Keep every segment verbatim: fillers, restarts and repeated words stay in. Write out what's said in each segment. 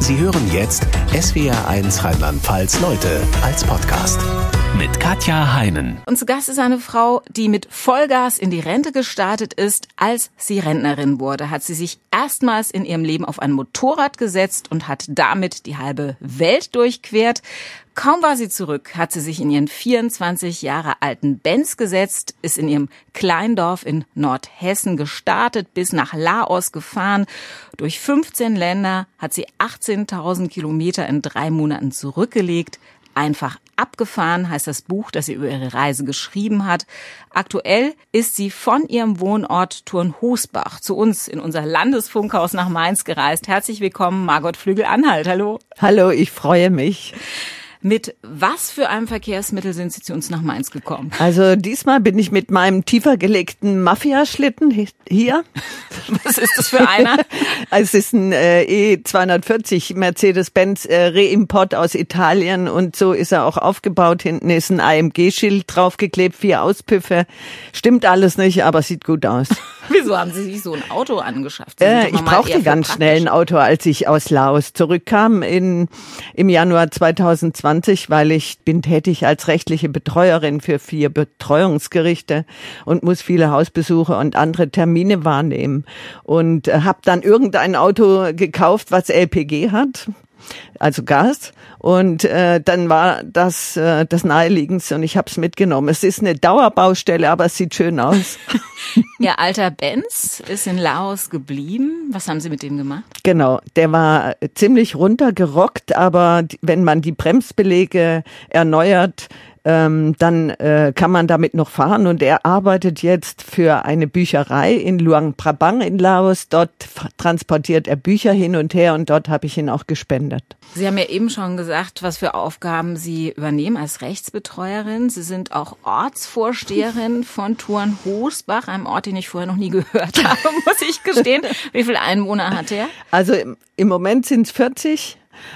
Sie hören jetzt S W R eins Rheinland-Pfalz Leute als Podcast mit Katja Heinen. Und zu Gast ist eine Frau, die mit Vollgas in die Rente gestartet ist. Als sie Rentnerin wurde, hat sie sich erstmals in ihrem Leben auf ein Motorrad gesetzt und hat damit die halbe Welt durchquert. Kaum war sie zurück, hat sie sich in ihren vierundzwanzig Jahre alten Benz gesetzt, ist in ihrem Kleindorf in Nordhessen gestartet, bis nach Laos gefahren. Durch fünfzehn Länder hat sie achtzehntausend Kilometer in drei Monaten zurückgelegt. Einfach abgefahren heißt das Buch, das sie über ihre Reise geschrieben hat. Aktuell ist sie von ihrem Wohnort Turnhosbach zu uns in unser Landesfunkhaus nach Mainz gereist. Herzlich willkommen, Margot Flügel-Anhalt. Hallo. Hallo, ich freue mich. Mit was für einem Verkehrsmittel sind Sie zu uns nach Mainz gekommen? Also diesmal bin ich mit meinem tiefer gelegten Mafia-Schlitten hier. Was ist das für einer? Es ist ein äh, E zweihundertvierzig Mercedes-Benz äh, Reimport aus Italien und so ist er auch aufgebaut. Hinten ist ein A M G-Schild draufgeklebt, vier Auspüffe. Stimmt alles nicht, aber sieht gut aus. Wieso haben Sie sich so ein Auto angeschafft? Äh, ich brauchte ganz schnell ein Auto, als ich aus Laos zurückkam in, im Januar zweitausendzwanzig. Weil ich bin tätig als rechtliche Betreuerin für vier Betreuungsgerichte und muss viele Hausbesuche und andere Termine wahrnehmen. Und äh, habe dann irgendein Auto gekauft, was L P G hat, also Gas. Und äh, dann war das äh, das Naheliegendste und ich habe es mitgenommen. Es ist eine Dauerbaustelle, aber es sieht schön aus. Ihr alter Benz ist in Laos geblieben. Was haben Sie mit dem gemacht? Genau, der war ziemlich runtergerockt, aber wenn man die Bremsbeläge erneuert, ähm, dann äh, kann man damit noch fahren. Und er arbeitet jetzt für eine Bücherei in Luang Prabang in Laos. Dort transportiert er Bücher hin und her und dort habe ich ihn auch gespendet. Sie haben ja eben schon gesagt, was für Aufgaben Sie übernehmen als Rechtsbetreuerin. Sie sind auch Ortsvorsteherin von Turnhosbach, einem Ort, den ich vorher noch nie gehört habe, muss ich gestehen. Wie viele Einwohner hat er? Also im, im Moment sind es vierzig.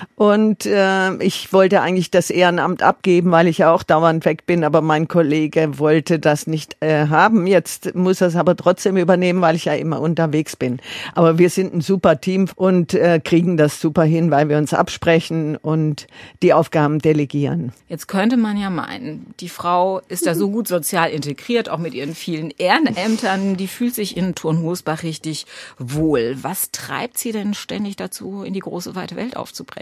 Und äh, ich wollte eigentlich das Ehrenamt abgeben, weil ich ja auch dauernd weg bin, aber mein Kollege wollte das nicht äh, haben. Jetzt muss er es aber trotzdem übernehmen, weil ich ja immer unterwegs bin. Aber wir sind ein super Team und äh, kriegen das super hin, weil wir uns absprechen und die Aufgaben delegieren. Jetzt könnte man ja meinen, die Frau ist da so gut sozial integriert, auch mit ihren vielen Ehrenämtern, die fühlt sich in Turnhosbach richtig wohl. Was treibt sie denn ständig dazu, in die große weite Welt aufzubrechen?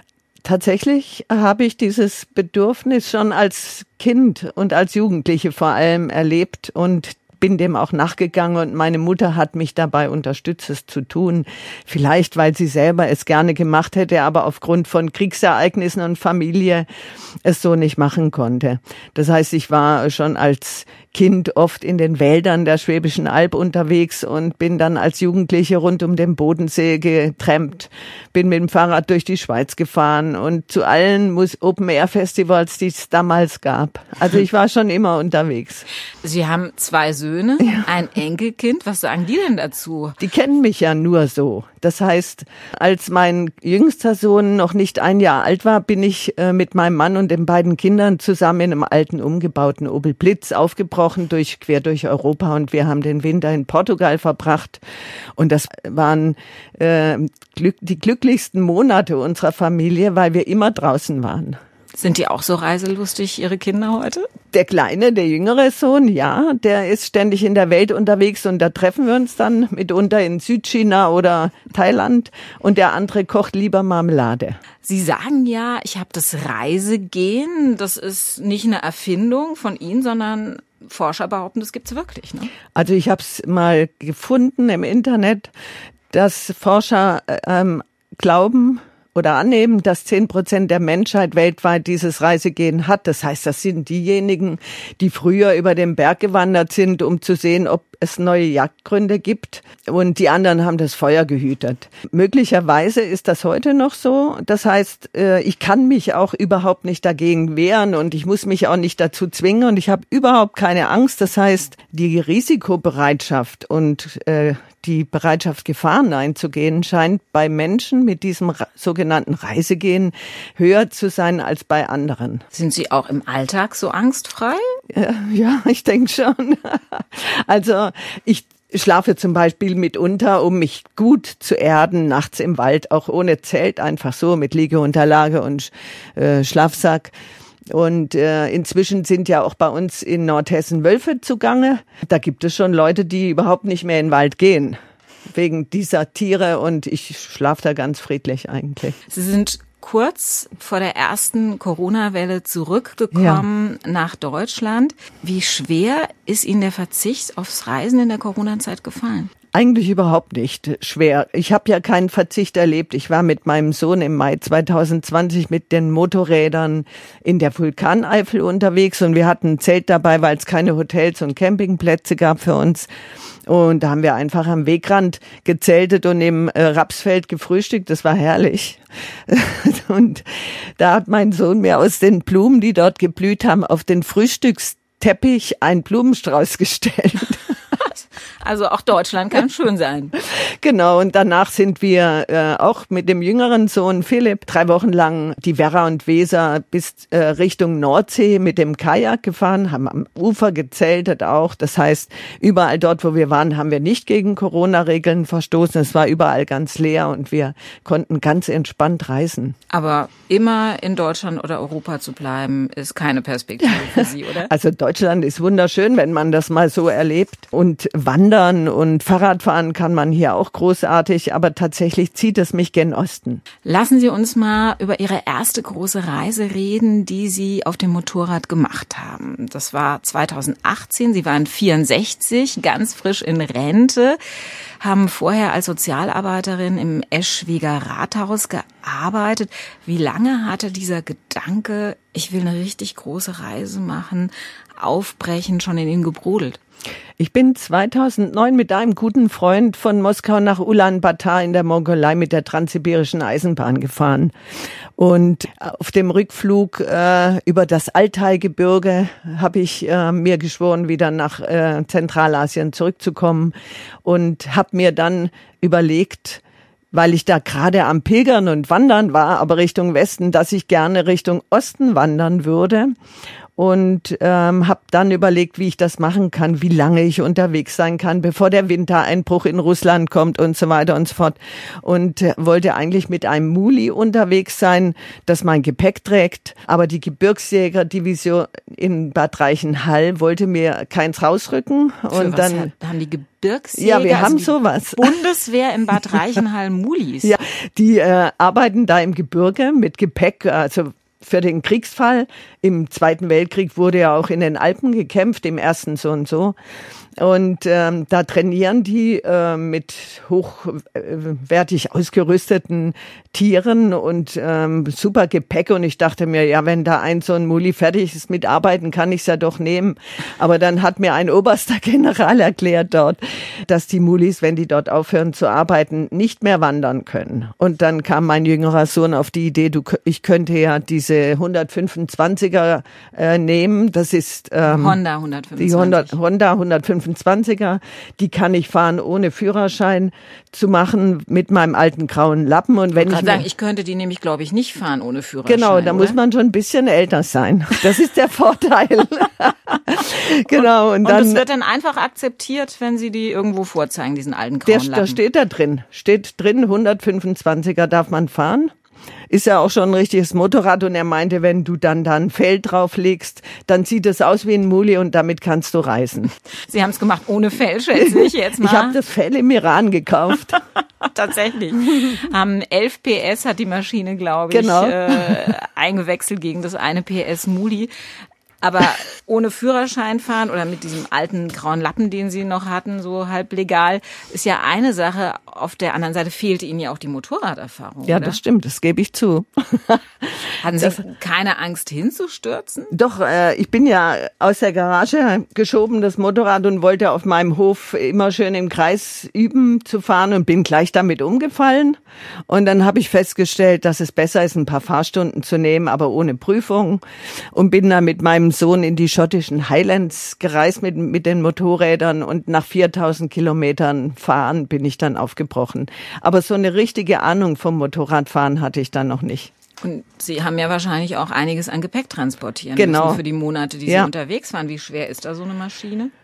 Tatsächlich habe ich dieses Bedürfnis schon als Kind und als Jugendliche vor allem erlebt und bin dem auch nachgegangen und meine Mutter hat mich dabei unterstützt, es zu tun. Vielleicht, weil sie selber es gerne gemacht hätte, aber aufgrund von Kriegsereignissen und Familie es so nicht machen konnte. Das heißt, ich war schon als Kind oft in den Wäldern der Schwäbischen Alb unterwegs und bin dann als Jugendliche rund um den Bodensee getrampt, bin mit dem Fahrrad durch die Schweiz gefahren und zu allen Open-Air-Festivals, die es damals gab. Also ich war schon immer unterwegs. Sie haben zwei Söhne, ja. Ein Enkelkind. Was sagen die denn dazu? Die kennen mich ja nur so. Das heißt, als mein jüngster Sohn noch nicht ein Jahr alt war, bin ich äh, mit meinem Mann und den beiden Kindern zusammen in einem alten, umgebauten Opel Blitz aufgebrochen, durch, quer durch Europa und wir haben den Winter in Portugal verbracht. Und das waren äh, glück, die glücklichsten Monate unserer Familie, weil wir immer draußen waren. Sind die auch so reiselustig, Ihre Kinder heute? Der Kleine, der jüngere Sohn, ja, der ist ständig in der Welt unterwegs und da treffen wir uns dann mitunter in Südchina oder Thailand und der andere kocht lieber Marmelade. Sie sagen ja, ich habe das Reisegehen, das ist nicht eine Erfindung von Ihnen, sondern Forscher behaupten, das gibt's wirklich, ne? Also ich habe es mal gefunden im Internet, dass Forscher ähm, glauben, oder annehmen, dass zehn Prozent der Menschheit weltweit dieses Reisegehen hat. Das heißt, das sind diejenigen, die früher über den Berg gewandert sind, um zu sehen, ob es neue Jagdgründe gibt. Und die anderen haben das Feuer gehütet. Möglicherweise ist das heute noch so. Das heißt, ich kann mich auch überhaupt nicht dagegen wehren und ich muss mich auch nicht dazu zwingen und ich habe überhaupt keine Angst. Das heißt, die Risikobereitschaft und äh, die Bereitschaft, Gefahren einzugehen, scheint bei Menschen mit diesem sogenannten Reisegehen höher zu sein als bei anderen. Sind Sie auch im Alltag so angstfrei? Ja, ja, ich denke schon. Also ich schlafe zum Beispiel mitunter, um mich gut zu erden, nachts im Wald, auch ohne Zelt, einfach so mit Liegeunterlage und äh, Schlafsack. Und äh, inzwischen sind ja auch bei uns in Nordhessen Wölfe zugange. Da gibt es schon Leute, die überhaupt nicht mehr in den Wald gehen, wegen dieser Tiere. Und ich schlafe da ganz friedlich eigentlich. Sie sind kurz vor der ersten Corona-Welle zurückgekommen ja. nach Deutschland. Wie schwer ist Ihnen der Verzicht aufs Reisen in der Corona-Zeit gefallen? Eigentlich überhaupt nicht schwer. Ich habe ja keinen Verzicht erlebt. Ich war mit meinem Sohn im Mai zwanzig zwanzig mit den Motorrädern in der Vulkaneifel unterwegs und wir hatten ein Zelt dabei, weil es keine Hotels und Campingplätze gab für uns. Und da haben wir einfach am Wegrand gezeltet und im äh, Rapsfeld gefrühstückt. Das war herrlich. Und da hat mein Sohn mir aus den Blumen, die dort geblüht haben, auf den Frühstücksteppich einen Blumenstrauß gestellt. Also auch Deutschland kann schön sein. Genau, und danach sind wir äh, auch mit dem jüngeren Sohn Philipp drei Wochen lang die Werra und Weser bis äh, Richtung Nordsee mit dem Kajak gefahren, haben am Ufer gezeltet auch. Das heißt, überall dort, wo wir waren, haben wir nicht gegen Corona-Regeln verstoßen. Es war überall ganz leer und wir konnten ganz entspannt reisen. Aber immer in Deutschland oder Europa zu bleiben, ist keine Perspektive für Sie, oder? Also Deutschland ist wunderschön, wenn man das mal so erlebt. Und Wandern und Fahrradfahren kann man hier auch großartig, aber tatsächlich zieht es mich gen Osten. Lassen Sie uns mal über Ihre erste große Reise reden, die Sie auf dem Motorrad gemacht haben. Das war zweitausendachtzehn, Sie waren vierundsechzig, ganz frisch in Rente, haben vorher als Sozialarbeiterin im Eschwiger Rathaus gearbeitet. Wie lange hatte dieser Gedanke, ich will eine richtig große Reise machen, aufbrechen, schon in Ihnen gebrodelt? Ich bin zweitausendneun mit einem guten Freund von Moskau nach Ulaanbaatar in der Mongolei mit der Transsibirischen Eisenbahn gefahren. Und auf dem Rückflug äh, über das Altai-Gebirge habe ich äh, mir geschworen, wieder nach äh, Zentralasien zurückzukommen und habe mir dann überlegt, weil ich da gerade am Pilgern und Wandern war, aber Richtung Westen, dass ich gerne Richtung Osten wandern würde. Und ähm, habe dann überlegt, wie ich das machen kann, wie lange ich unterwegs sein kann, bevor der Wintereinbruch in Russland kommt und so weiter und so fort. Und äh, wollte eigentlich mit einem Muli unterwegs sein, das mein Gepäck trägt. Aber die Gebirgsjägerdivision in Bad Reichenhall wollte mir keins rausrücken. Für und was dann hat, haben die Gebirgsjäger, ja, wir haben also die sowas. Bundeswehr in Bad Reichenhall Mulis. Ja, die äh, arbeiten da im Gebirge mit Gepäck, also für den Kriegsfall. Im Zweiten Weltkrieg wurde ja auch in den Alpen gekämpft, im ersten so und so. Und ähm, da trainieren die äh, mit hochwertig ausgerüsteten Tieren und ähm, super Gepäck. Und ich dachte mir, ja, wenn da ein so ein Muli fertig ist mit Arbeiten, kann ich es ja doch nehmen. Aber dann hat mir ein oberster General erklärt dort, dass die Mulis, wenn die dort aufhören zu arbeiten, nicht mehr wandern können. Und dann kam mein jüngerer Sohn auf die Idee, du, ich könnte ja diese hundertfünfundzwanziger äh, nehmen. Das ist ähm, Honda hundertfünfundzwanzig. Die Honda, Honda hundertfünfundzwanziger, die kann ich fahren, ohne Führerschein zu machen, mit meinem alten grauen Lappen. Und wenn ich ich sagen, ich könnte die nämlich, glaube ich, nicht fahren ohne Führerschein. Genau, da oder? muss man schon ein bisschen älter sein. Das ist der Vorteil. Genau. Und, und dann. Und es wird dann einfach akzeptiert, wenn Sie die irgendwo vorzeigen, diesen alten grauen der, Lappen. Da steht da drin. Steht drin, hundertfünfundzwanziger darf man fahren. Ist ja auch schon ein richtiges Motorrad und er meinte, wenn du dann da ein Fell drauflegst, dann sieht es aus wie ein Muli und damit kannst du reisen. Sie haben es gemacht ohne Fell, schätze ich jetzt mal. Ich habe das Fell im Iran gekauft. Tatsächlich. Ähm, elf P S hat die Maschine, glaube ich, genau. äh, eingewechselt gegen das eine P S Muli. Aber ohne Führerschein fahren oder mit diesem alten grauen Lappen, den Sie noch hatten, so halb legal, ist ja eine Sache. Auf der anderen Seite fehlte Ihnen ja auch die Motorraderfahrung. Ja, oder? Das stimmt, das gebe ich zu. Hatten Sie das, keine Angst hinzustürzen? Doch, äh, ich bin ja aus der Garage geschoben, das Motorrad, und wollte auf meinem Hof immer schön im Kreis üben zu fahren und bin gleich damit umgefallen. Und dann habe ich festgestellt, dass es besser ist, ein paar Fahrstunden zu nehmen, aber ohne Prüfung, und bin dann mit meinem Sohn in die schottischen Highlands gereist mit, mit den Motorrädern, und nach viertausend Kilometern fahren bin ich dann aufgebrochen. Aber so eine richtige Ahnung vom Motorradfahren hatte ich dann noch nicht. Und Sie haben ja wahrscheinlich auch einiges an Gepäck transportieren genau. müssen für die Monate, die Sie ja. unterwegs waren. Wie schwer ist da so eine Maschine?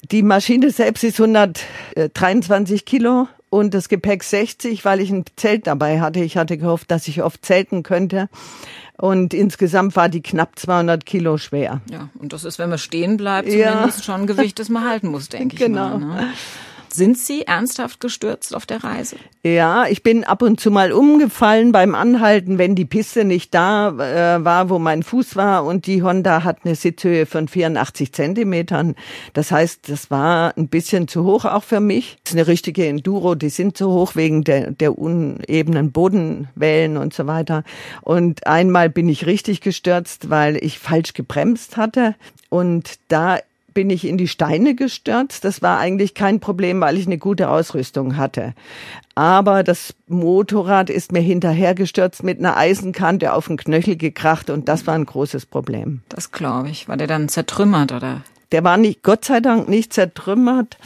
Die Maschine selbst ist hundertdreiundzwanzig Kilo und das Gepäck sechzig, weil ich ein Zelt dabei hatte. Ich hatte gehofft, dass ich oft zelten könnte. Und insgesamt war die knapp zweihundert Kilo schwer. Ja, und das ist, wenn man stehen bleibt, Ja. zumindest schon ein Gewicht, das man halten muss, denke ich Genau. mal. Ne? Sind Sie ernsthaft gestürzt auf der Reise? Ja, ich bin ab und zu mal umgefallen beim Anhalten, wenn die Piste nicht da äh, war, wo mein Fuß war. Und die Honda hat eine Sitzhöhe von vierundachtzig Zentimetern. Das heißt, das war ein bisschen zu hoch auch für mich. Das ist eine richtige Enduro, die sind so hoch wegen der, der unebenen Bodenwellen und so weiter. Und einmal bin ich richtig gestürzt, weil ich falsch gebremst hatte. Und da bin ich in die Steine gestürzt. Das war eigentlich kein Problem, weil ich eine gute Ausrüstung hatte. Aber das Motorrad ist mir hinterhergestürzt mit einer Eisenkante auf den Knöchel gekracht und das war ein großes Problem. Das glaube ich. War der dann zertrümmert, oder? Der war nicht, Gott sei Dank nicht zertrümmert,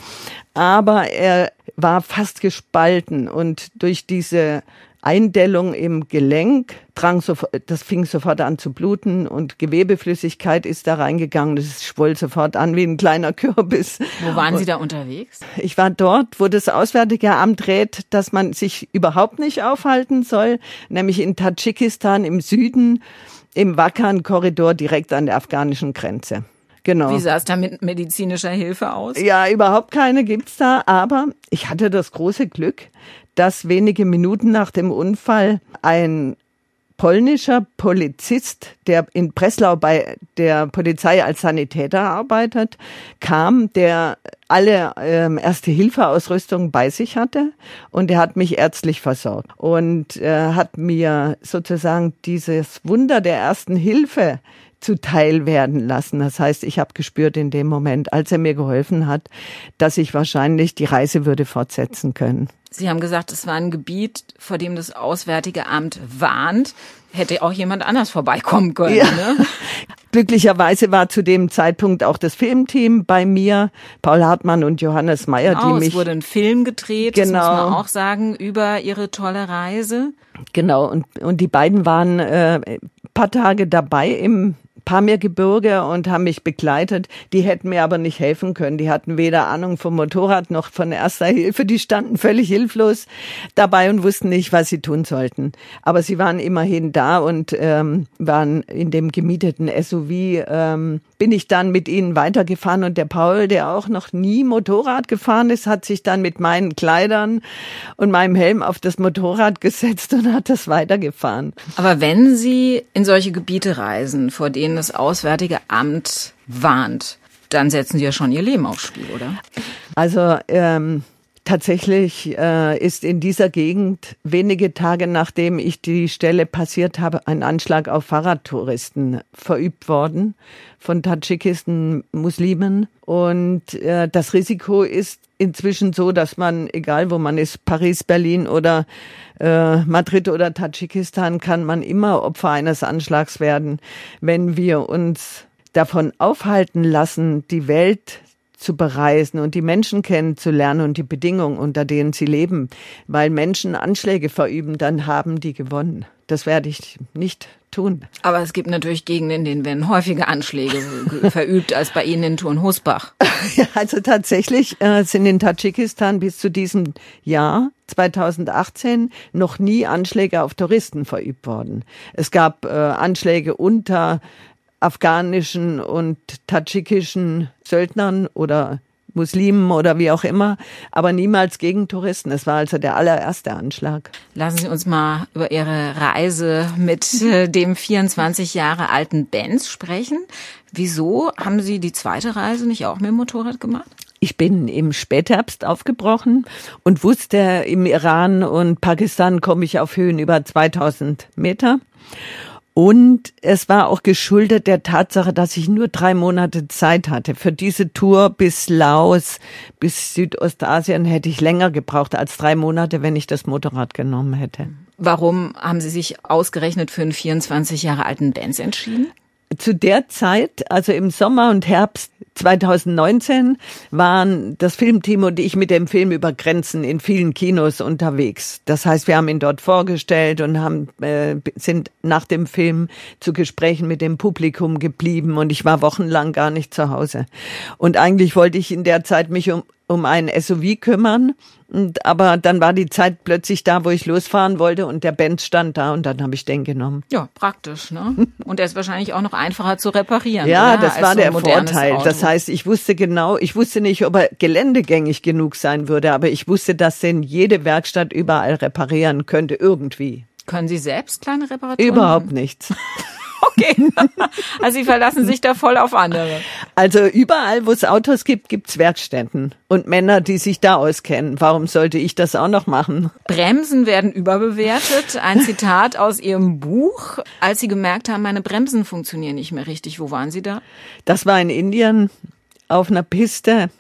aber er war fast gespalten und durch diese Eindellung im Gelenk drang sofort, das fing sofort an zu bluten und Gewebeflüssigkeit ist da reingegangen. Das schwoll sofort an wie ein kleiner Kürbis. Wo waren Sie da unterwegs? Ich war dort, wo das Auswärtige Amt rät, dass man sich überhaupt nicht aufhalten soll, nämlich in Tadschikistan im Süden, im Wakhan-Korridor direkt an der afghanischen Grenze. Genau. Wie sah es da mit medizinischer Hilfe aus? Ja, überhaupt keine gibt's da, aber ich hatte das große Glück, dass wenige Minuten nach dem Unfall ein polnischer Polizist, der in Breslau bei der Polizei als Sanitäter arbeitet, kam, der alle ähm, Erste-Hilfe-Ausrüstung bei sich hatte und er hat mich ärztlich versorgt und äh, hat mir sozusagen dieses Wunder der Ersten Hilfe zuteil werden lassen. Das heißt, ich habe gespürt in dem Moment, als er mir geholfen hat, dass ich wahrscheinlich die Reise würde fortsetzen können. Sie haben gesagt, es war ein Gebiet, vor dem das Auswärtige Amt warnt. Hätte auch jemand anders vorbeikommen können, ja. Ne? Glücklicherweise war zu dem Zeitpunkt auch das Filmteam bei mir, Paul Hartmann und Johannes Meyer, Genau, die mich... es wurde ein Film gedreht, genau, das muss man auch sagen, über Ihre tolle Reise. Genau, und, und die beiden waren äh, ein paar Tage dabei im Pamirgebirge und haben mich begleitet. Die hätten mir aber nicht helfen können. Die hatten weder Ahnung vom Motorrad noch von Erster Hilfe. Die standen völlig hilflos dabei und wussten nicht, was sie tun sollten. Aber sie waren immerhin da und ähm, waren in dem gemieteten S U V. Ähm, bin ich dann mit ihnen weitergefahren und der Paul, der auch noch nie Motorrad gefahren ist, hat sich dann mit meinen Kleidern und meinem Helm auf das Motorrad gesetzt und hat das weitergefahren. Aber wenn Sie in solche Gebiete reisen, vor denen das Auswärtige Amt warnt, dann setzen Sie ja schon Ihr Leben aufs Spiel, oder? Also ähm, tatsächlich äh, ist in dieser Gegend wenige Tage nachdem ich die Stelle passiert habe, ein Anschlag auf Fahrradtouristen verübt worden von Tadschikisten Muslimen. Und äh, das Risiko ist inzwischen so, dass man, egal wo man ist, Paris, Berlin oder äh, Madrid oder Tadschikistan, kann man immer Opfer eines Anschlags werden, wenn wir uns davon aufhalten lassen, die Welt zu bereisen und die Menschen kennenzulernen und die Bedingungen, unter denen sie leben. Weil Menschen Anschläge verüben, dann haben die gewonnen. Das werde ich nicht tun. Aber es gibt natürlich Gegenden, in denen werden häufiger Anschläge verübt als bei Ihnen in Thurn-Husbach. Ja, also tatsächlich äh, sind in Tadschikistan bis zu diesem Jahr zweitausendachtzehn noch nie Anschläge auf Touristen verübt worden. Es gab äh, Anschläge unter afghanischen und tadschikischen Söldnern oder Muslimen oder wie auch immer, aber niemals gegen Touristen. Es war also der allererste Anschlag. Lassen Sie uns mal über Ihre Reise mit äh, dem vierundzwanzig Jahre alten Benz sprechen. Wieso haben Sie die zweite Reise nicht auch mit dem Motorrad gemacht? Ich bin im Spätherbst aufgebrochen und wusste, im Iran und Pakistan komme ich auf Höhen über zweitausend Meter. Und es war auch geschuldet der Tatsache, dass ich nur drei Monate Zeit hatte. Für diese Tour bis Laos, bis Südostasien hätte ich länger gebraucht als drei Monate, wenn ich das Motorrad genommen hätte. Warum haben Sie sich ausgerechnet für einen vierundzwanzig Jahre alten Benz entschieden? zu der Zeit, also im Sommer und Herbst zweitausendneunzehn, waren das Filmteam und ich mit dem Film über Grenzen in vielen Kinos unterwegs. Das heißt, wir haben ihn dort vorgestellt und haben äh, sind nach dem Film zu Gesprächen mit dem Publikum geblieben und ich war wochenlang gar nicht zu Hause. Und eigentlich wollte ich in der Zeit mich um um einen S U V kümmern, und, aber dann war die Zeit plötzlich da, wo ich losfahren wollte und der Benz stand da und dann habe ich den genommen. Ja, praktisch, ne? Und der ist wahrscheinlich auch noch einfacher zu reparieren. Ja, oder? das Als war so der ein modernes Vorteil. Auto. Das heißt, ich wusste genau, ich wusste nicht, ob er geländegängig genug sein würde, aber ich wusste, dass den jede Werkstatt überall reparieren könnte, irgendwie. Können Sie selbst kleine Reparaturen Überhaupt machen? nichts. Okay, also Sie verlassen sich da voll auf andere. Also überall, wo es Autos gibt, gibt's Werkstätten und Männer, die sich da auskennen. Warum sollte ich das auch noch machen? Bremsen werden überbewertet. Ein Zitat aus Ihrem Buch. Als Sie gemerkt haben, meine Bremsen funktionieren nicht mehr richtig, wo waren Sie da? Das war in Indien auf einer Piste.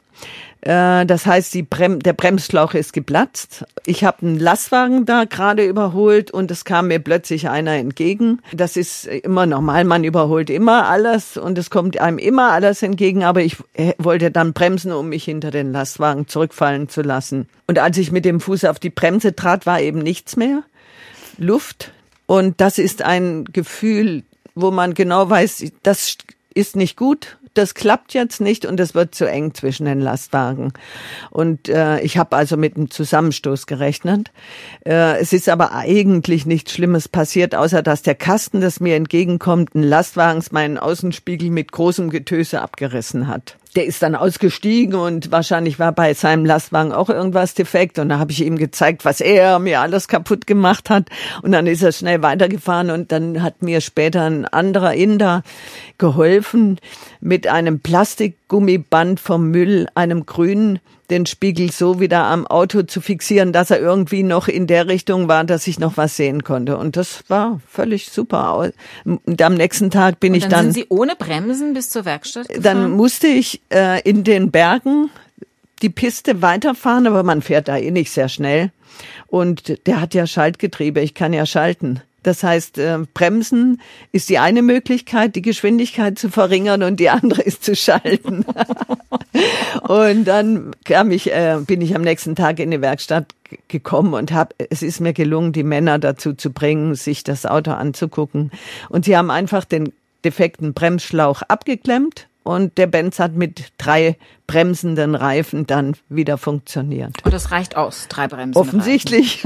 Das heißt, die Brem- der Bremsschlauch ist geplatzt. Ich habe einen Lastwagen da gerade überholt und es kam mir plötzlich einer entgegen. Das ist immer normal, man überholt immer alles und es kommt einem immer alles entgegen, aber ich wollte dann bremsen, um mich hinter den Lastwagen zurückfallen zu lassen. Und als ich mit dem Fuß auf die Bremse trat, war eben nichts mehr, Luft. Und das ist ein Gefühl, wo man genau weiß, das ist nicht gut. Das klappt jetzt nicht und es wird zu eng zwischen den Lastwagen. Und äh, ich habe also mit einem Zusammenstoß gerechnet. Äh, es ist aber eigentlich nichts Schlimmes passiert, außer dass der Kasten, das mir entgegenkommt, ein Lastwagens meinen Außenspiegel mit großem Getöse abgerissen hat. Der ist dann ausgestiegen und wahrscheinlich war bei seinem Lastwagen auch irgendwas defekt. Und da habe ich ihm gezeigt, was er mir alles kaputt gemacht hat. Und dann ist er schnell weitergefahren und dann hat mir später ein anderer Inder geholfen, mit einem Plastikgummiband vom Müll, einem grünen, den Spiegel so wieder am Auto zu fixieren, dass er irgendwie noch in der Richtung war, dass ich noch was sehen konnte. Und das war völlig super. Und am nächsten Tag bin Und ich dann... dann... sind Sie ohne Bremsen bis zur Werkstatt gefahren? Dann musste ich äh, in den Bergen die Piste weiterfahren, aber man fährt da eh nicht sehr schnell. Und der hat ja Schaltgetriebe, ich kann ja schalten. Das heißt, äh, Bremsen ist die eine Möglichkeit, die Geschwindigkeit zu verringern und die andere ist zu schalten. Und dann kam ich, äh, bin ich am nächsten Tag in die Werkstatt g- gekommen und hab, es ist mir gelungen, die Männer dazu zu bringen, sich das Auto anzugucken. Und sie haben einfach den defekten Bremsschlauch abgeklemmt und der Benz hat mit drei bremsenden Reifen dann wieder funktioniert. Und das reicht aus, drei Bremsen. Offensichtlich.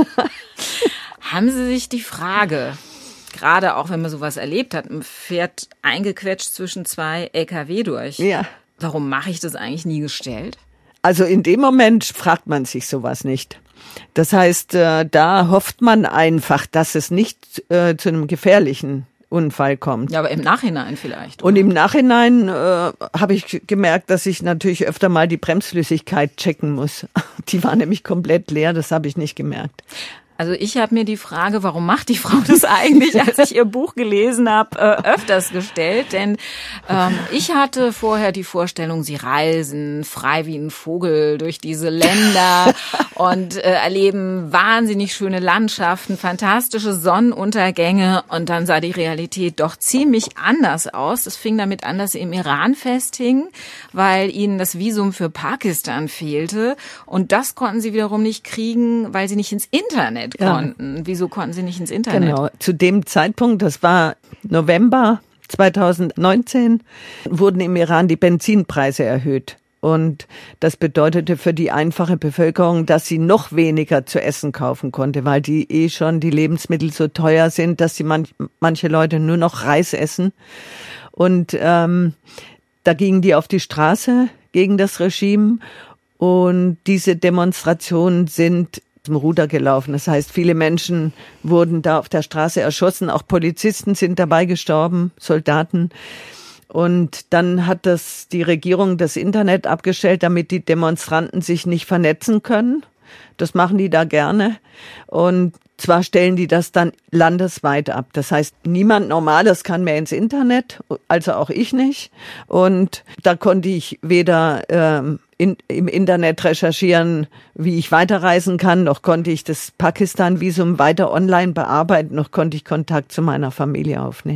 Haben Sie sich die Frage, gerade auch wenn man sowas erlebt hat, man fährt eingequetscht zwischen zwei L K W durch, Ja. warum mache ich das eigentlich nie gestellt? Also in dem Moment fragt man sich sowas nicht. Das heißt, äh, da hofft man einfach, dass es nicht äh, zu einem gefährlichen Unfall kommt. Ja, aber im Nachhinein vielleicht. Oder? Und im Nachhinein äh, habe ich gemerkt, dass ich natürlich öfter mal die Bremsflüssigkeit checken muss. Die war nämlich komplett leer, das habe ich nicht gemerkt. Also ich habe mir die Frage, warum macht die Frau das eigentlich, als ich ihr Buch gelesen habe, äh, öfters gestellt. Denn ähm, ich hatte vorher die Vorstellung, sie reisen frei wie ein Vogel durch diese Länder und äh, erleben wahnsinnig schöne Landschaften, fantastische Sonnenuntergänge. Und dann sah die Realität doch ziemlich anders aus. Es fing damit an, dass sie im Iran festhingen, weil ihnen das Visum für Pakistan fehlte. Und das konnten sie wiederum nicht kriegen, weil sie nicht ins Internet konnten. Ja. Wieso konnten sie nicht ins Internet? Genau, zu dem Zeitpunkt, das war November zweitausendneunzehn, wurden im Iran die Benzinpreise erhöht. Und das bedeutete für die einfache Bevölkerung, dass sie noch weniger zu essen kaufen konnte, weil die eh schon die Lebensmittel so teuer sind, dass die manch, manche Leute nur noch Reis essen. Und ähm, da gingen die auf die Straße gegen das Regime. Und diese Demonstrationen sind zum Ruder gelaufen. Das heißt, viele Menschen wurden da auf der Straße erschossen. Auch Polizisten sind dabei gestorben, Soldaten. Und dann hat das die Regierung das Internet abgestellt, damit die Demonstranten sich nicht vernetzen können. Das machen die da gerne. Und zwar stellen die das dann landesweit ab. Das heißt, niemand Normales kann mehr ins Internet, also auch ich nicht. Und da konnte ich weder ähm, in, im Internet recherchieren, wie ich weiterreisen kann, noch konnte ich das Pakistan-Visum weiter online bearbeiten, noch konnte ich Kontakt zu meiner Familie aufnehmen.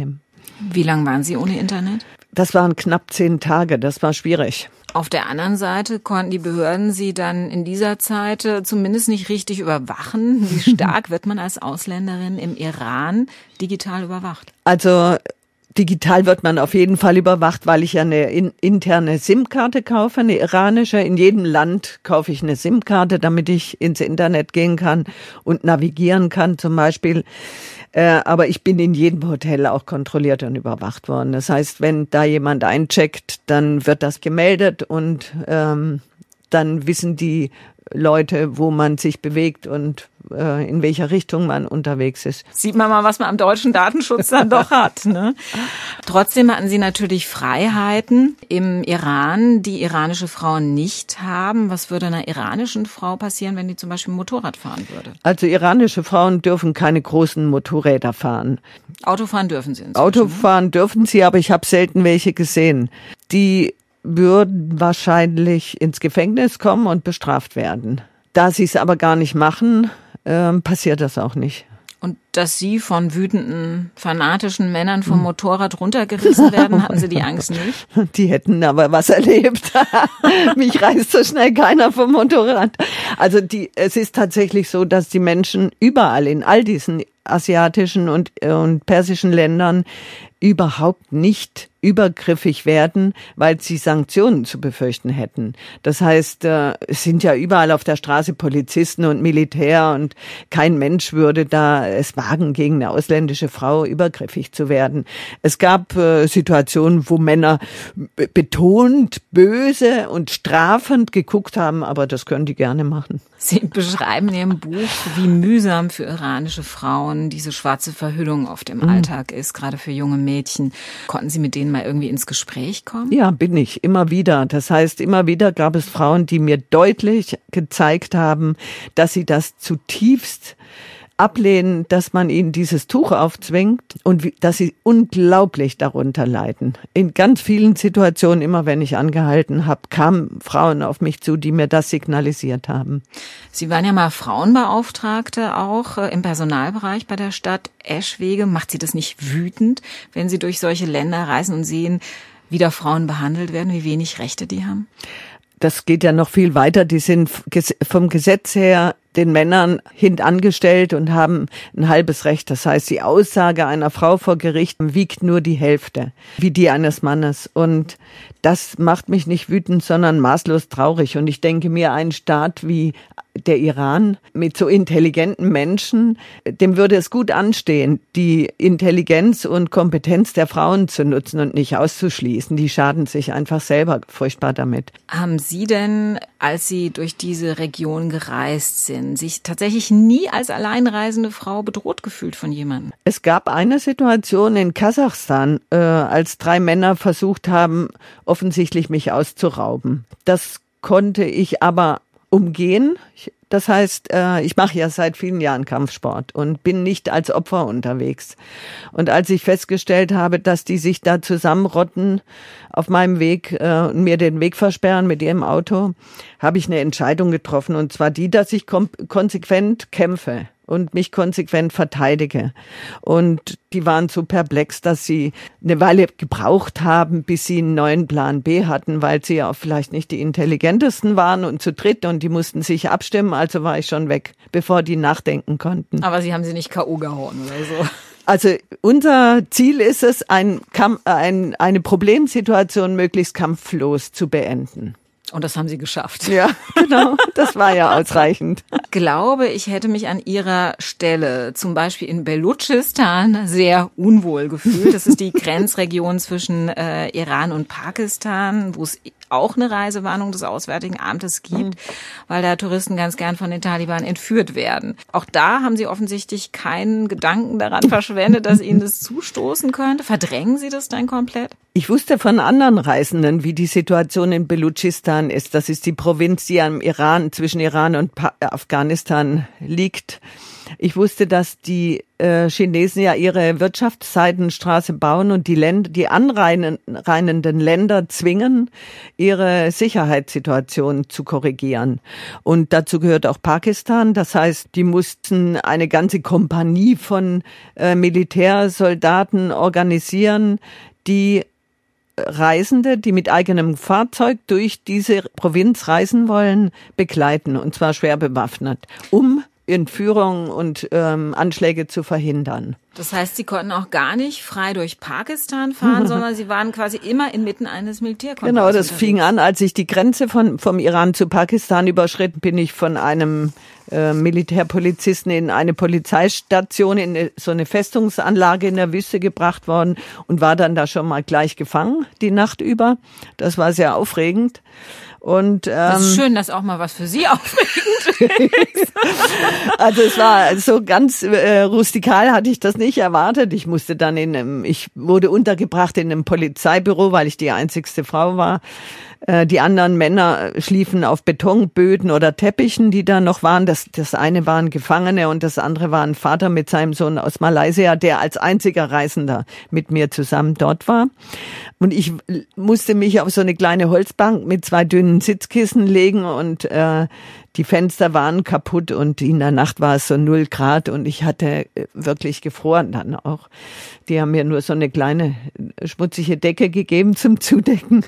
Wie lange waren Sie ohne Internet? Das waren knapp zehn Tage, das war schwierig. Auf der anderen Seite konnten die Behörden Sie dann in dieser Zeit zumindest nicht richtig überwachen. Wie stark wird man als Ausländerin im Iran digital überwacht? Also digital wird man auf jeden Fall überwacht, weil ich ja eine in, interne SIM-Karte kaufe, eine iranische. In jedem Land kaufe ich eine SIM-Karte, damit ich ins Internet gehen kann und navigieren kann zum Beispiel. Äh, aber ich bin in jedem Hotel auch kontrolliert und überwacht worden. Das heißt, wenn da jemand eincheckt, dann wird das gemeldet und ähm, dann wissen die Leute, wo man sich bewegt und äh, in welcher Richtung man unterwegs ist. Sieht man mal, was man am deutschen Datenschutz dann doch hat, ne? Trotzdem hatten Sie natürlich Freiheiten im Iran, die iranische Frauen nicht haben. Was würde einer iranischen Frau passieren, wenn die zum Beispiel Motorrad fahren würde? Also iranische Frauen dürfen keine großen Motorräder fahren. Autofahren dürfen sie inzwischen. Autofahren dürfen sie, aber ich habe selten welche gesehen. Die würden wahrscheinlich ins Gefängnis kommen und bestraft werden. Da sie es aber gar nicht machen, äh, passiert das auch nicht. Und dass Sie von wütenden, fanatischen Männern vom Motorrad runtergerissen werden, hatten Sie die Angst nicht? Die hätten aber was erlebt. Mich reißt so schnell keiner vom Motorrad. Also die, es ist tatsächlich so, dass die Menschen überall in all diesen asiatischen und, und persischen Ländern überhaupt nicht übergriffig werden, weil sie Sanktionen zu befürchten hätten. Das heißt, es sind ja überall auf der Straße Polizisten und Militär und kein Mensch würde da es wagen, gegen eine ausländische Frau übergriffig zu werden. Es gab Situationen, wo Männer betont, böse und strafend geguckt haben, aber das können die gerne machen. Sie beschreiben in Ihrem Buch, wie mühsam für iranische Frauen diese schwarze Verhüllung oft im mhm. Alltag ist, gerade für junge Mädchen. Konnten Sie mit denen mal irgendwie ins Gespräch kommen? Ja, bin ich, immer wieder. Das heißt, immer wieder gab es Frauen, die mir deutlich gezeigt haben, dass sie das zutiefst ablehnen, dass man ihnen dieses Tuch aufzwingt und wie, dass sie unglaublich darunter leiden. In ganz vielen Situationen, immer wenn ich angehalten habe, kamen Frauen auf mich zu, die mir das signalisiert haben. Sie waren ja mal Frauenbeauftragte auch im Personalbereich bei der Stadt Eschwege. Macht Sie das nicht wütend, wenn Sie durch solche Länder reisen und sehen, wie da Frauen behandelt werden, wie wenig Rechte die haben? Das geht ja noch viel weiter. Die sind vom Gesetz her den Männern hintangestellt und haben ein halbes Recht. Das heißt, die Aussage einer Frau vor Gericht wiegt nur die Hälfte, wie die eines Mannes. Und das macht mich nicht wütend, sondern maßlos traurig. Und ich denke mir, ein Staat wie der Iran mit so intelligenten Menschen, dem würde es gut anstehen, die Intelligenz und Kompetenz der Frauen zu nutzen und nicht auszuschließen. Die schaden sich einfach selber furchtbar damit. Haben Sie denn, als Sie durch diese Region gereist sind, sich tatsächlich nie als alleinreisende Frau bedroht gefühlt von jemandem? Es gab eine Situation in Kasachstan, äh, als drei Männer versucht haben, offensichtlich mich auszurauben. Das konnte ich aber umgehen. Das heißt, ich mache ja seit vielen Jahren Kampfsport und bin nicht als Opfer unterwegs. Und als ich festgestellt habe, dass die sich da zusammenrotten auf meinem Weg und mir den Weg versperren mit ihrem Auto, habe ich eine Entscheidung getroffen. Und zwar die, dass ich konsequent kämpfe und mich konsequent verteidige. Und die waren so perplex, dass sie eine Weile gebraucht haben, bis sie einen neuen Plan B hatten, weil sie ja auch vielleicht nicht die intelligentesten waren und zu dritt und die mussten sich abstimmen, also war ich schon weg, bevor die nachdenken konnten. Aber Sie haben sie nicht K O gehauen oder so? Also unser Ziel ist es, ein, ein, eine Problemsituation möglichst kampflos zu beenden. Und das haben Sie geschafft. Ja, genau. Das war ja ausreichend. Ich glaube, ich hätte mich an Ihrer Stelle zum Beispiel in Belutschistan sehr unwohl gefühlt. Das ist die Grenzregion zwischen äh, Iran und Pakistan, wo es auch eine Reisewarnung des Auswärtigen Amtes gibt, mhm. weil da Touristen ganz gern von den Taliban entführt werden. Auch da haben Sie offensichtlich keinen Gedanken daran verschwendet, dass Ihnen das zustoßen könnte. Verdrängen Sie das dann komplett? Ich wusste von anderen Reisenden, wie die Situation in Belutschistan ist. Das ist die Provinz, die am Iran, zwischen Iran und pa- Afghanistan liegt. Ich wusste, dass die äh, Chinesen ja ihre Wirtschaftsseidenstraße bauen und die Länder, die anreinenden Länder zwingen, ihre Sicherheitssituation zu korrigieren. Und dazu gehört auch Pakistan. Das heißt, die mussten eine ganze Kompanie von äh, Militärsoldaten organisieren, die Reisende, die mit eigenem Fahrzeug durch diese Provinz reisen wollen, begleiten, und zwar schwer bewaffnet, um Entführung und ähm, Anschläge zu verhindern. Das heißt, Sie konnten auch gar nicht frei durch Pakistan fahren, sondern Sie waren quasi immer inmitten eines Militärkompasses. Genau, das fing an, als ich die Grenze von vom Iran zu Pakistan überschritt, bin ich von einem äh, Militärpolizisten in eine Polizeistation, in eine, so eine Festungsanlage in der Wüste gebracht worden und war dann da schon mal gleich gefangen, die Nacht über. Das war sehr aufregend. Und, ähm, das ist schön, dass auch mal was für Sie aufregend ist. Also es war so ganz äh, rustikal, hatte ich das nicht erwartet. Ich musste dann in einem, ich wurde untergebracht in einem Polizeibüro, weil ich die einzigste Frau war. Äh, die anderen Männer schliefen auf Betonböden oder Teppichen, die da noch waren. Das, das eine waren Gefangene und das andere war ein Vater mit seinem Sohn aus Malaysia, der als einziger Reisender mit mir zusammen dort war. Und ich musste mich auf so eine kleine Holzbank mit zwei dünnen Sitzkissen legen und äh, die Fenster waren kaputt und in der Nacht war es so null Grad und ich hatte wirklich gefroren dann auch. Die haben mir nur so eine kleine schmutzige Decke gegeben zum Zudecken.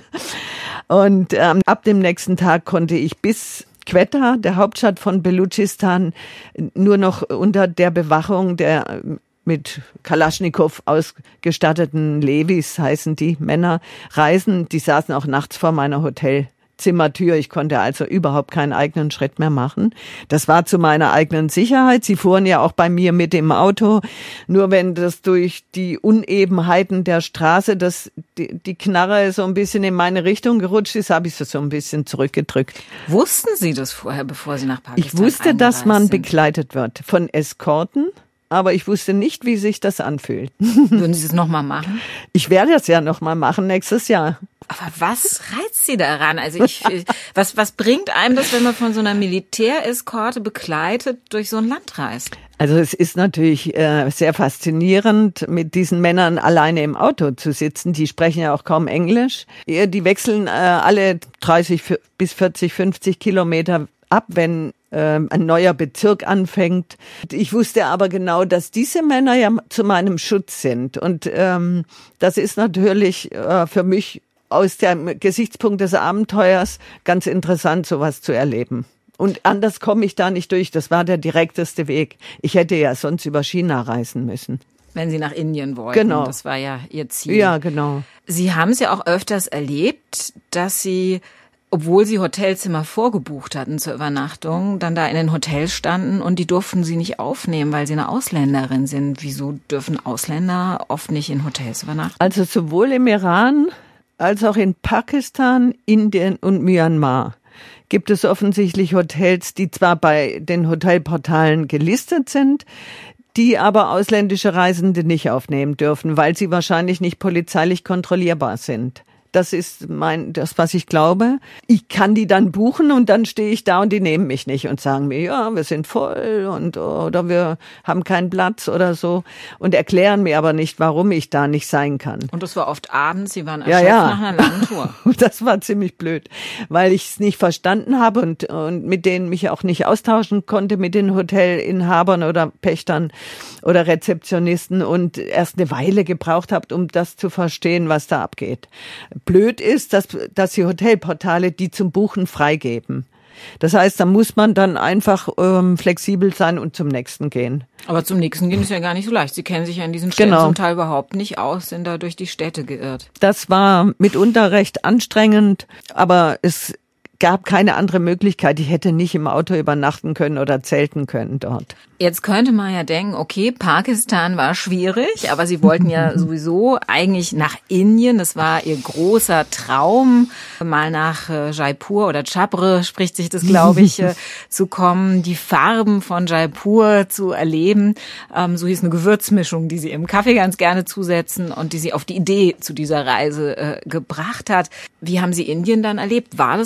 Und ähm, ab dem nächsten Tag konnte ich bis Quetta, der Hauptstadt von Belutschistan, nur noch unter der Bewachung der mit Kalaschnikow ausgestatteten Levis, heißen die Männer, reisen. Die saßen auch nachts vor meiner Hotelzimmertür. Ich konnte also überhaupt keinen eigenen Schritt mehr machen. Das war zu meiner eigenen Sicherheit. Sie fuhren ja auch bei mir mit im Auto. Nur wenn das durch die Unebenheiten der Straße, das, die, die Knarre so ein bisschen in meine Richtung gerutscht ist, habe ich sie so ein bisschen zurückgedrückt. Wussten Sie das vorher, bevor Sie nach Pakistan Ich wusste, dass man sind? begleitet wird von Eskorten. Aber ich wusste nicht, wie sich das anfühlt. Würden Sie es nochmal machen? Ich werde es ja nochmal machen nächstes Jahr. Aber was reizt Sie daran? Also ich, was, was bringt einem das, wenn man von so einer Militäreskorte begleitet durch so ein Land reist? Also es ist natürlich äh, sehr faszinierend, mit diesen Männern alleine im Auto zu sitzen. Die sprechen ja auch kaum Englisch. Die wechseln äh, alle dreißig bis vierzig, fünfzig Kilometer ab, wenn ein neuer Bezirk anfängt. Ich wusste aber genau, dass diese Männer ja zu meinem Schutz sind. Und ähm, das ist natürlich äh, für mich aus dem Gesichtspunkt des Abenteuers ganz interessant, sowas zu erleben. Und anders komme ich da nicht durch. Das war der direkteste Weg. Ich hätte ja sonst über China reisen müssen. Wenn Sie nach Indien wollten. Genau. Das war ja Ihr Ziel. Ja, genau. Sie haben es ja auch öfters erlebt, dass Sie, obwohl Sie Hotelzimmer vorgebucht hatten zur Übernachtung, dann da in den Hotels standen und die durften Sie nicht aufnehmen, weil Sie eine Ausländerin sind. Wieso dürfen Ausländer oft nicht in Hotels übernachten? Also sowohl im Iran als auch in Pakistan, Indien und Myanmar gibt es offensichtlich Hotels, die zwar bei den Hotelportalen gelistet sind, die aber ausländische Reisende nicht aufnehmen dürfen, weil sie wahrscheinlich nicht polizeilich kontrollierbar sind. Das ist mein, das, was ich glaube. Ich kann die dann buchen und dann stehe ich da und die nehmen mich nicht und sagen mir, ja, wir sind voll und, oder wir haben keinen Platz oder so und erklären mir aber nicht, warum ich da nicht sein kann. Und das war oft abends, Sie waren erschöpft ja, ja. nach einer langen Tour. Das war ziemlich blöd, weil ich es nicht verstanden habe und, und mit denen mich auch nicht austauschen konnte, mit den Hotelinhabern oder Pächtern oder Rezeptionisten und erst eine Weile gebraucht habe, um das zu verstehen, was da abgeht. Blöd ist, dass, dass die Hotelportale die zum Buchen freigeben. Das heißt, da muss man dann einfach ähm, flexibel sein und zum nächsten gehen. Aber zum nächsten gehen ist ja gar nicht so leicht. Sie kennen sich ja in diesen Städten genau. zum Teil überhaupt nicht aus, sind da durch die Städte geirrt. Das war mitunter recht anstrengend, aber es gab keine andere Möglichkeit. Ich hätte nicht im Auto übernachten können oder zelten können dort. Jetzt könnte man ja denken, okay, Pakistan war schwierig, aber Sie wollten ja sowieso eigentlich nach Indien. Das war Ihr großer Traum, mal nach Jaipur oder Chhabre, spricht sich das, glaube ich, zu kommen, die Farben von Jaipur zu erleben. So hieß eine Gewürzmischung, die Sie im Kaffee ganz gerne zusetzen und die Sie auf die Idee zu dieser Reise gebracht hat. Wie haben Sie Indien dann erlebt? War das dann so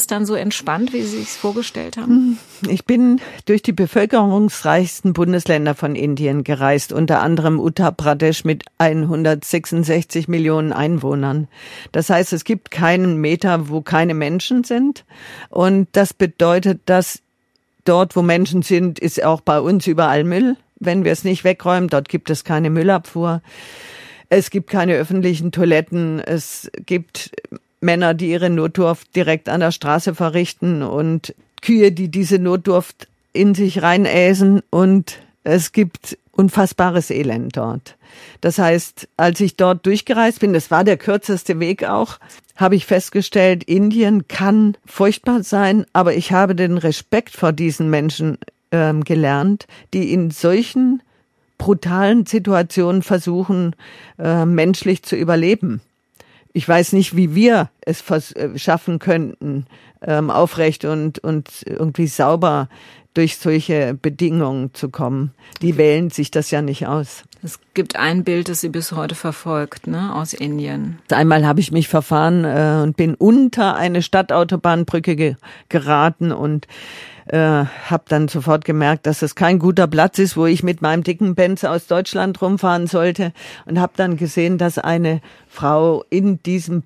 entspannt, wie Sie sich vorgestellt haben? Ich bin durch die bevölkerungsreichsten Bundesländer von Indien gereist, unter anderem Uttar Pradesh mit hundertsechsundsechzig Millionen Einwohnern. Das heißt, es gibt keinen Meter, wo keine Menschen sind. Und das bedeutet, dass dort, wo Menschen sind, ist auch bei uns überall Müll. Wenn wir es nicht wegräumen, dort gibt es keine Müllabfuhr. Es gibt keine öffentlichen Toiletten. Es gibt Männer, die ihre Notdurft direkt an der Straße verrichten und Kühe, die diese Notdurft in sich reinäsen, und es gibt unfassbares Elend dort. Das heißt, als ich dort durchgereist bin, das war der kürzeste Weg auch, habe ich festgestellt, Indien kann furchtbar sein, aber ich habe den Respekt vor diesen Menschen ähm, gelernt, die in solchen brutalen Situationen versuchen, äh, menschlich zu überleben. Ich weiß nicht, wie wir es vers- schaffen könnten, ähm, aufrecht und, und irgendwie sauber durch solche Bedingungen zu kommen. Die wählen sich das ja nicht aus. Es gibt ein Bild, das Sie bis heute verfolgt, ne, aus Indien. Einmal habe ich mich verfahren äh, und bin unter eine Stadtautobahnbrücke ge- geraten und äh, habe dann sofort gemerkt, dass es kein guter Platz ist, wo ich mit meinem dicken Benz aus Deutschland rumfahren sollte, und habe dann gesehen, dass eine Frau in diesem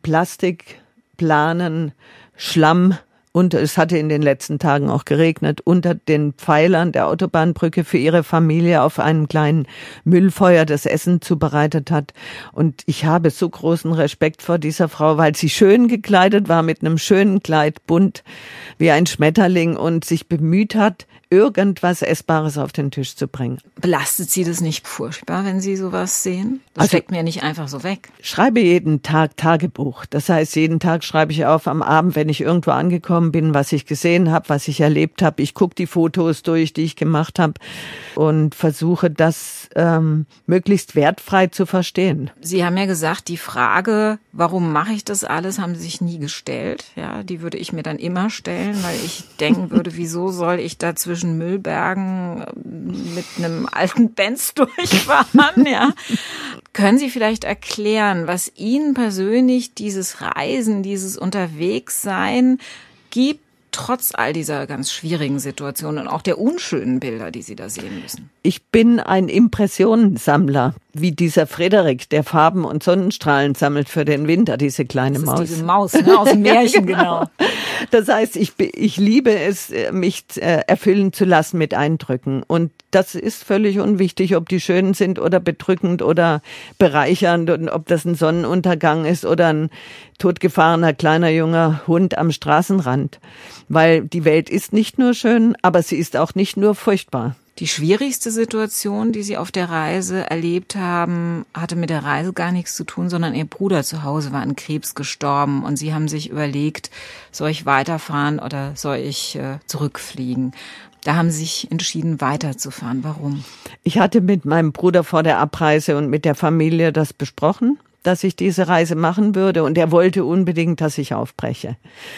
Plastikplanen Schlamm, und es hatte in den letzten Tagen auch geregnet, unter den Pfeilern der Autobahnbrücke für ihre Familie auf einem kleinen Müllfeuer das Essen zubereitet hat. Und ich habe so großen Respekt vor dieser Frau, weil sie schön gekleidet war, mit einem schönen Kleid, bunt wie ein Schmetterling, und sich bemüht hat, irgendwas Essbares auf den Tisch zu bringen. Belastet Sie das nicht furchtbar, wenn Sie sowas sehen? Das Also, steckt mir nicht einfach so weg. Ich schreibe jeden Tag Tagebuch. Das heißt, jeden Tag schreibe ich auf am Abend, wenn ich irgendwo angekommen bin, was ich gesehen habe, was ich erlebt habe. Ich gucke die Fotos durch, die ich gemacht habe, und versuche das ähm, möglichst wertfrei zu verstehen. Sie haben ja gesagt, die Frage, warum mache ich das alles, haben Sie sich nie gestellt. Ja, die würde ich mir dann immer stellen, weil ich denken würde, wieso soll ich da zwischen Müllbergen mit einem alten Benz durchfahren, ja? Können Sie vielleicht erklären, was Ihnen persönlich dieses Reisen, dieses Unterwegssein gibt, trotz all dieser ganz schwierigen Situationen und auch der unschönen Bilder, die Sie da sehen müssen? Ich bin ein Impressionensammler, wie dieser Frederik, der Farben und Sonnenstrahlen sammelt für den Winter, diese kleine Maus. Das ist diese Maus, ne, aus dem Märchen, genau. Das heißt, ich, ich liebe es, mich erfüllen zu lassen mit Eindrücken. Und das ist völlig unwichtig, ob die schön sind oder bedrückend oder bereichernd, und ob das ein Sonnenuntergang ist oder ein totgefahrener kleiner junger Hund am Straßenrand. Weil die Welt ist nicht nur schön, aber sie ist auch nicht nur furchtbar. Die schwierigste Situation, die Sie auf der Reise erlebt haben, hatte mit der Reise gar nichts zu tun, sondern Ihr Bruder zu Hause war an Krebs gestorben, und Sie haben sich überlegt, soll ich weiterfahren oder soll ich äh, zurückfliegen? Da haben Sie sich entschieden, weiterzufahren. Warum? Ich hatte mit meinem Bruder vor der Abreise und mit der Familie das besprochen, dass ich diese Reise machen würde, und er wollte unbedingt, dass ich aufbreche.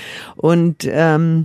Und ähm,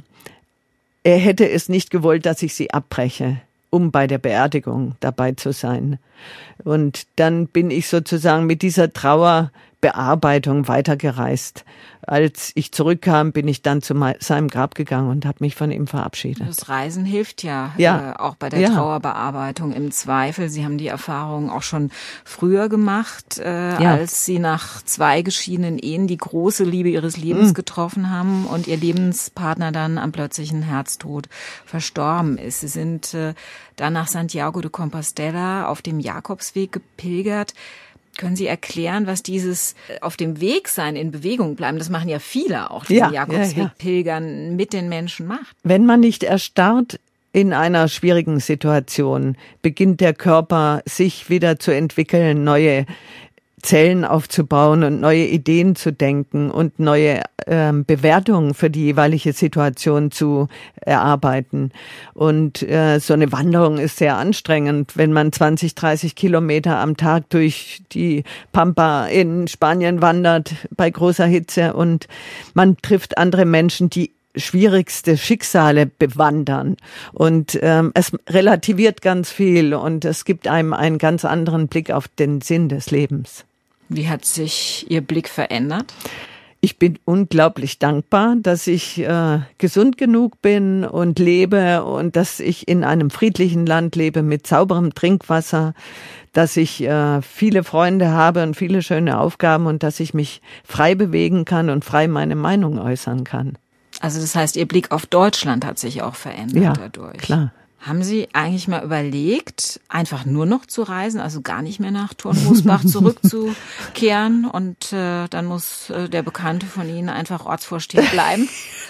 er hätte es nicht gewollt, dass ich sie abbreche, um bei der Beerdigung dabei zu sein. Und dann bin ich sozusagen mit dieser Trauerbearbeitung weitergereist. Als ich zurückkam, bin ich dann zu seinem Grab gegangen und habe mich von ihm verabschiedet. Das Reisen hilft ja, ja. Äh, auch bei der ja. Trauerbearbeitung im Zweifel. Sie haben die Erfahrung auch schon früher gemacht, äh, ja. als Sie nach zwei geschiedenen Ehen die große Liebe Ihres Lebens mhm. getroffen haben und Ihr Lebenspartner dann am plötzlichen Herztod verstorben ist. Sie sind äh, dann nach Santiago de Compostela auf dem Jakobsweg gepilgert. Können Sie erklären, was dieses auf dem Weg sein, in Bewegung bleiben, das machen ja viele auch, diesen ja, Jakobsweg ja, ja. pilgern, mit den Menschen macht? Wenn man nicht erstarrt in einer schwierigen Situation, beginnt der Körper sich wieder zu entwickeln, neue Zellen aufzubauen und neue Ideen zu denken und neue ähm, Bewertungen für die jeweilige Situation zu erarbeiten. Und äh, so eine Wanderung ist sehr anstrengend, wenn man zwanzig, dreißig Kilometer am Tag durch die Pampa in Spanien wandert bei großer Hitze, und man trifft andere Menschen, die schwierigste Schicksale bewandern, und ähm, es relativiert ganz viel, und es gibt einem einen ganz anderen Blick auf den Sinn des Lebens. Wie hat sich Ihr Blick verändert? Ich bin unglaublich dankbar, dass ich äh, gesund genug bin und lebe und dass ich in einem friedlichen Land lebe mit sauberem Trinkwasser, dass ich äh, viele Freunde habe und viele schöne Aufgaben und dass ich mich frei bewegen kann und frei meine Meinung äußern kann. Also das heißt, Ihr Blick auf Deutschland hat sich auch verändert ja, dadurch. Klar. Haben Sie eigentlich mal überlegt, einfach nur noch zu reisen, also gar nicht mehr nach Thurn-Hosbach zurückzukehren und äh, dann muss äh, der Bekannte von Ihnen einfach Ortsvorsteher bleiben?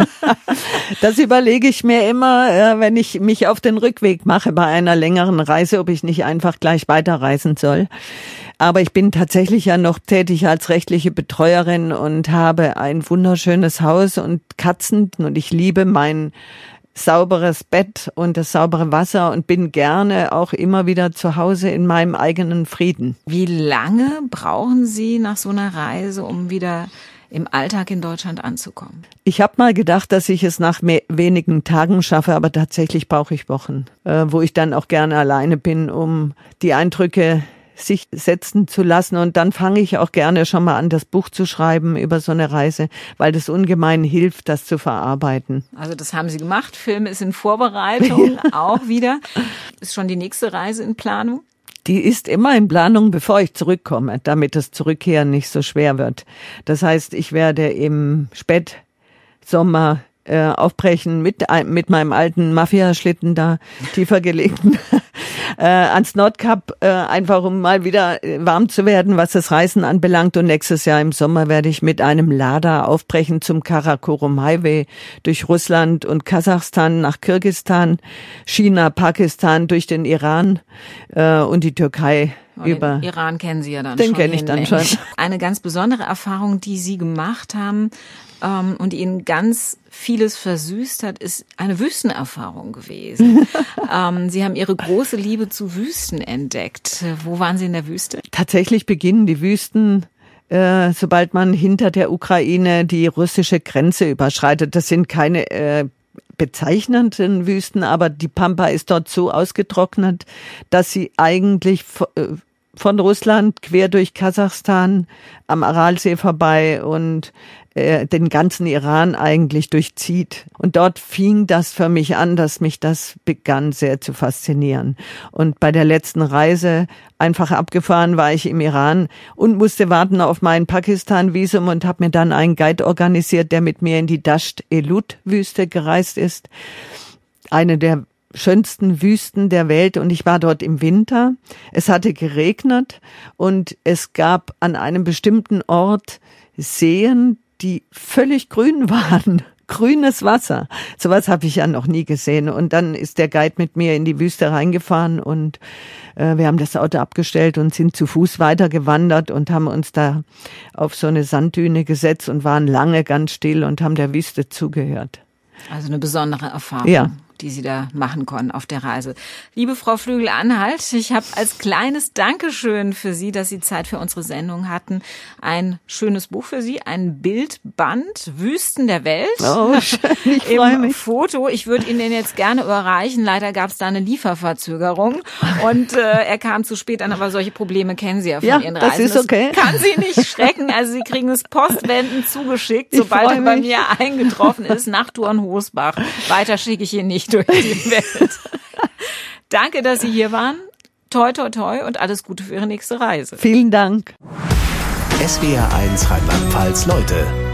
Das überlege ich mir immer, äh, wenn ich mich auf den Rückweg mache bei einer längeren Reise, ob ich nicht einfach gleich weiterreisen soll. Aber ich bin tatsächlich ja noch tätig als rechtliche Betreuerin und habe ein wunderschönes Haus und Katzen und ich liebe mein sauberes Bett und das saubere Wasser und bin gerne auch immer wieder zu Hause in meinem eigenen Frieden. Wie lange brauchen Sie nach so einer Reise, um wieder im Alltag in Deutschland anzukommen? Ich habe mal gedacht, dass ich es nach wenigen Tagen schaffe, aber tatsächlich brauche ich Wochen, äh, wo ich dann auch gerne alleine bin, um die Eindrücke sich setzen zu lassen. Und dann fange ich auch gerne schon mal an, das Buch zu schreiben über so eine Reise, weil das ungemein hilft, das zu verarbeiten. Also das haben Sie gemacht. Film ist in Vorbereitung auch wieder. Ist schon die nächste Reise in Planung? Die ist immer in Planung, bevor ich zurückkomme, damit das Zurückkehren nicht so schwer wird. Das heißt, ich werde im Spätsommer äh, aufbrechen mit mit meinem alten Mafia-Schlitten da, tiefer gelegten, äh, ans Nordkap, äh, einfach um mal wieder warm zu werden, was das Reisen anbelangt. Und nächstes Jahr im Sommer werde ich mit einem Lada aufbrechen zum Karakorum Highway durch Russland und Kasachstan nach Kirgisistan, China, Pakistan, durch den Iran äh, und die Türkei. Und über den Iran kennen Sie ja dann den schon. Den kenne ich dann hinlänglich. schon. Eine ganz besondere Erfahrung, die Sie gemacht haben ähm, und Ihnen ganz vieles versüßt hat, ist eine Wüstenerfahrung gewesen. ähm, Sie haben Ihre große Liebe zu Wüsten entdeckt. Wo waren Sie in der Wüste? Tatsächlich beginnen die Wüsten, äh, sobald man hinter der Ukraine die russische Grenze überschreitet. Das sind keine äh, bezeichnenden Wüsten, aber die Pampa ist dort so ausgetrocknet, dass sie eigentlich von Russland quer durch Kasachstan am Aralsee vorbei und äh, den ganzen Iran eigentlich durchzieht. Und dort fing das für mich an, dass mich das begann sehr zu faszinieren. Und bei der letzten Reise einfach abgefahren war ich im Iran und musste warten auf mein Pakistan-Visum und habe mir dann einen Guide organisiert, der mit mir in die Dasht-e-Lut-Wüste gereist ist. Eine der schönsten Wüsten der Welt und ich war dort im Winter. Es hatte geregnet und es gab an einem bestimmten Ort Seen, die völlig grün waren. Grünes Wasser. Sowas habe ich ja noch nie gesehen. Und dann ist der Guide mit mir in die Wüste reingefahren und äh, wir haben das Auto abgestellt und sind zu Fuß weitergewandert und haben uns da auf so eine Sanddüne gesetzt und waren lange ganz still und haben der Wüste zugehört. Also eine besondere Erfahrung. Ja. Die Sie da machen konnten auf der Reise. Liebe Frau Flügel-Anhalt, ich habe als kleines Dankeschön für Sie, dass Sie Zeit für unsere Sendung hatten, ein schönes Buch für Sie, ein Bildband, Wüsten der Welt. Oh, schön, ich freue mich. Im Foto. Ich würde Ihnen den jetzt gerne überreichen. Leider gab es da eine Lieferverzögerung und äh, er kam zu spät an, aber solche Probleme kennen Sie ja von ja, Ihren Reisen. Das ist okay. Das kann Sie nicht schrecken. Also Sie kriegen es postwendend zugeschickt, Ich sobald er bei mich. mir eingetroffen ist, nach Thurn-Hosbach. Weiter schicke ich ihn nicht durch die Welt. Danke, dass Sie hier waren. Toi, toi, toi und alles Gute für Ihre nächste Reise. Vielen Dank. S W R eins Rheinland-Pfalz Leute.